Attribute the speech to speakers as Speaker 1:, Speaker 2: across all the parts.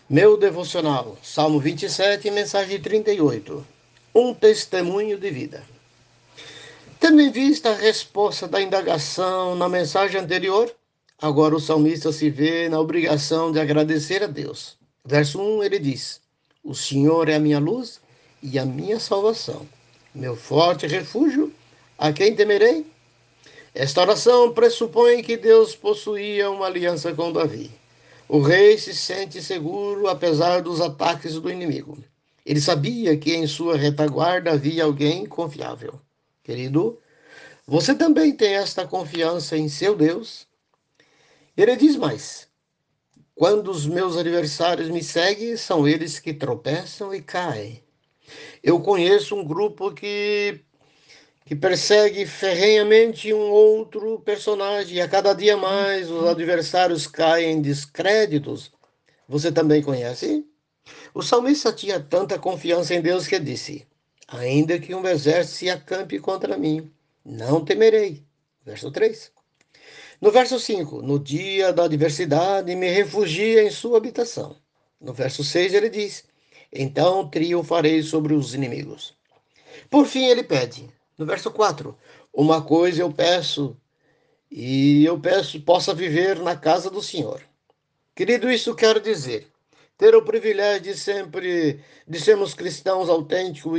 Speaker 1: Meu devocional, Salmo 27, mensagem 38. Um testemunho de vida. Tendo em vista a resposta da indagação na mensagem anterior, agora o salmista se vê na obrigação de agradecer a Deus. Verso 1, ele diz: O Senhor é a minha luz e a minha salvação, meu forte refúgio, a quem temerei? Esta oração pressupõe que Deus possuía uma aliança com Davi. O rei se sente seguro apesar dos ataques do inimigo. Ele sabia que em sua retaguarda havia alguém confiável. Querido, você também tem esta confiança em seu Deus? Ele diz mais: quando os meus adversários me seguem, são eles que tropeçam e caem. Eu conheço um grupo que persegue ferrenhamente um outro personagem, e a cada dia mais os adversários caem em descréditos. Você também conhece? O salmista tinha tanta confiança em Deus que disse: ainda que um exército se acampe contra mim, não temerei. Verso 3. No verso 5, no dia da adversidade, me refugia em sua habitação. No verso 6, ele diz: então triunfarei sobre os inimigos. Por fim, ele pede, no verso 4, uma coisa eu peço que possa viver na casa do Senhor. Querido, isso quer dizer ter o privilégio de sermos cristãos autênticos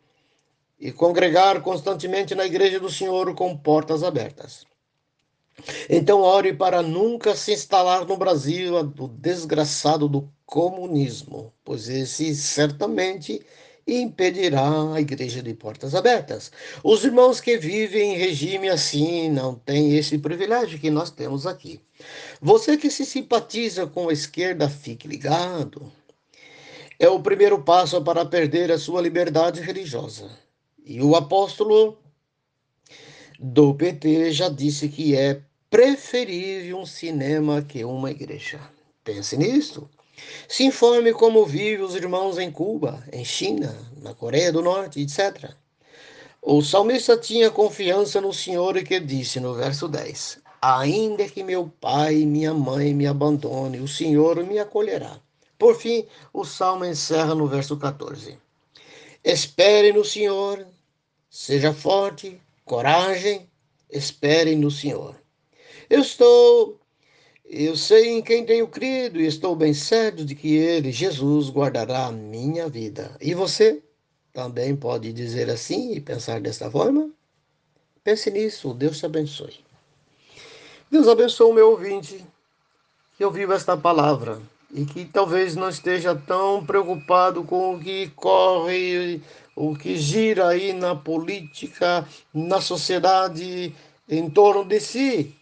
Speaker 1: e congregar constantemente na igreja do Senhor com portas abertas. Então, ore para nunca se instalar no Brasil do desgraçado do comunismo, pois esse certamente impedirá a igreja de portas abertas. Os irmãos que vivem em regime assim não têm esse privilégio que nós temos aqui. Você que se simpatiza com a esquerda, fique ligado. É o primeiro passo para perder a sua liberdade religiosa. E o apóstolo do PT já disse que é preferível um cinema que uma igreja. Pense nisso. Se informe como vivem os irmãos em Cuba, em China, na Coreia do Norte, etc. O salmista tinha confiança no Senhor e que disse no verso 10: ainda que meu pai e minha mãe me abandonem, o Senhor me acolherá. Por fim, o salmo encerra no verso 14: espere no Senhor, seja forte, coragem, espere no Senhor. Eu estou, eu sei em quem tenho crido e estou bem certo de que Ele, Jesus, guardará a minha vida. E você também pode dizer assim e pensar desta forma? Pense nisso, Deus te abençoe. Deus abençoe o meu ouvinte que ouviu esta palavra e que talvez não esteja tão preocupado com o que corre, o que gira aí na política, na sociedade, em torno de si,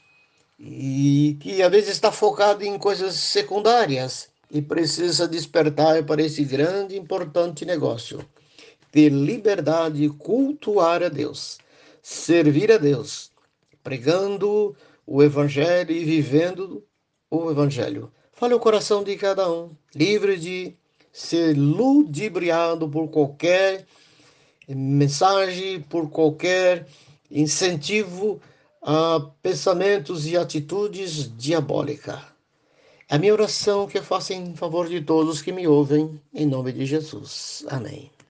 Speaker 1: e que às vezes está focado em coisas secundárias e precisa despertar para esse grande e importante negócio: ter liberdade, cultuar a Deus, servir a Deus, pregando o Evangelho e vivendo o Evangelho. Fale o coração de cada um, livre de ser ludibriado por qualquer mensagem, por qualquer incentivo a pensamentos e atitudes diabólicas. É a minha oração que eu faço em favor de todos que me ouvem, em nome de Jesus. Amém.